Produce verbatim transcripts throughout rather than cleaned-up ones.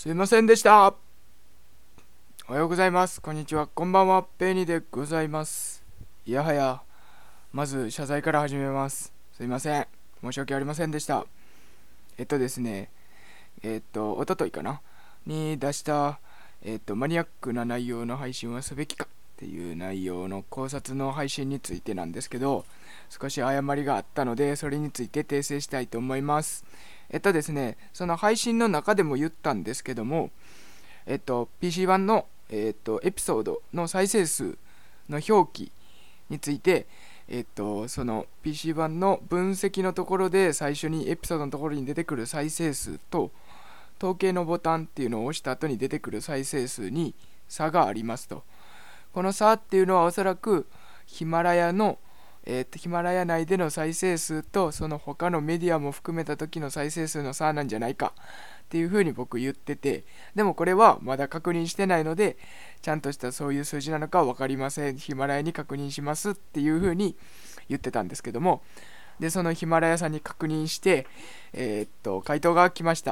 すいませんでした。おはようございます。こんにちは。こんばんは。ペニでございます。いやはや、まず謝罪から始めます。すいません。申し訳ありませんでした。えっとですね、えっと、おとといかなに出した、えっと、マニアックな内容の配信はすべきかっていう内容の考察の配信についてなんですけど、少し誤りがあったので、それについて訂正したいと思います。えっとですね、その配信の中でも言ったんですけども、えっと、ピーシー 版の、えっと、エピソードの再生数の表記について、えっと、その ピーシー 版の分析のところで最初にエピソードのところに出てくる再生数と統計のボタンっていうのを押した後に出てくる再生数に差がありますと。この差っていうのはおそらくヒマラヤのえー、とヒマラヤ内での再生数とその他のメディアも含めた時の再生数の差なんじゃないかっていうふうに僕言ってて、でもこれはまだ確認してないのでちゃんとしたそういう数字なのかは分かりません。ヒマラヤに確認しますっていうふうに言ってたんですけども、でそのヒマラヤさんに確認して、えー、っと回答が来ました。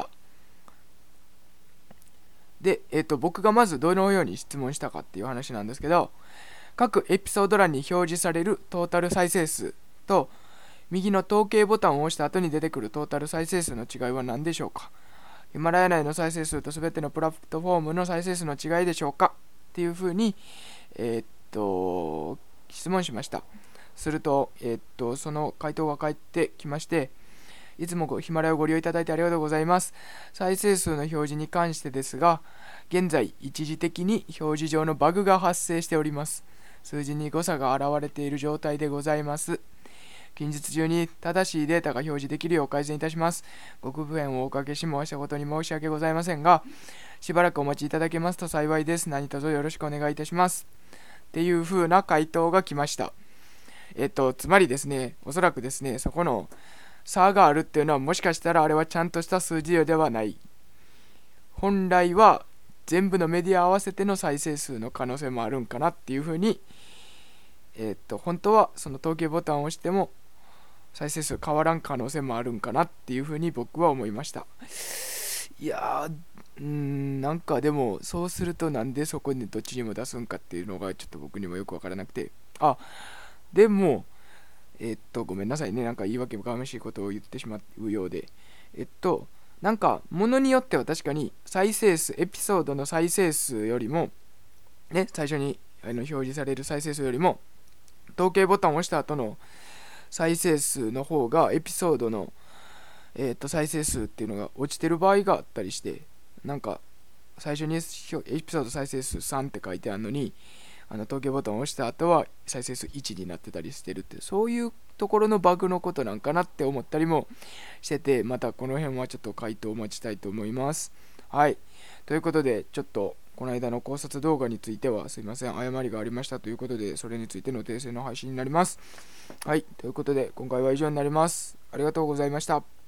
で、えー、っと僕がまずどのように質問したかっていう話なんですけど、各エピソード欄に表示されるトータル再生数と右の統計ボタンを押した後に出てくるトータル再生数の違いは何でしょうか。ヒマラヤ内の再生数とすべてのプラットフォームの再生数の違いでしょうかっていうふうに、えー、っと質問しました。すると、えー、っとその回答が返ってきまして、いつもヒマラヤをご利用いただいてありがとうございます。再生数の表示に関してですが、現在一時的に表示上のバグが発生しております。数字に誤差が現れている状態でございます。近日中に正しいデータが表示できるよう改善いたします。ご不便をおかけしましたことに申し訳ございませんが、しばらくお待ちいただけますと幸いです。何卒よろしくお願いいたします。っていう風な回答が来ました。えっと、つまりですね、おそらくですね、そこの差があるっていうのはもしかしたらあれはちゃんとした数字ではない。本来は全部のメディア合わせての再生数の可能性もあるんかなっていう風に、えっと、本当はその統計ボタンを押しても再生数変わらん可能性もあるんかなっていうふうに僕は思いました。いやー、うーん、なんかでもそうするとなんでそこにどっちにも出すんかっていうのがちょっと僕にもよくわからなくて、あ、でも、えっと、ごめんなさいね、なんか言い訳がましいことを言ってしまうようで、えっと、なんか、ものによっては確かに再生数、エピソードの再生数よりも、ね、最初にあの表示される再生数よりも、統計ボタンを押した後の再生数の方がエピソードの、えー、と再生数っていうのが落ちてる場合があったりして、なんか最初にエピソード再生数さんって書いてあるのに、あの統計ボタンを押した後は再生数いちになってたりしてるって、そういうところのバグのことなんかなって思ったりもしてて、またこの辺はちょっと回答を待ちたいと思います。はい、ということでちょっとこの間の考察動画についてはすいません、誤りがありましたということで、それについての訂正の配信になります。はい、ということで今回は以上になります。ありがとうございました。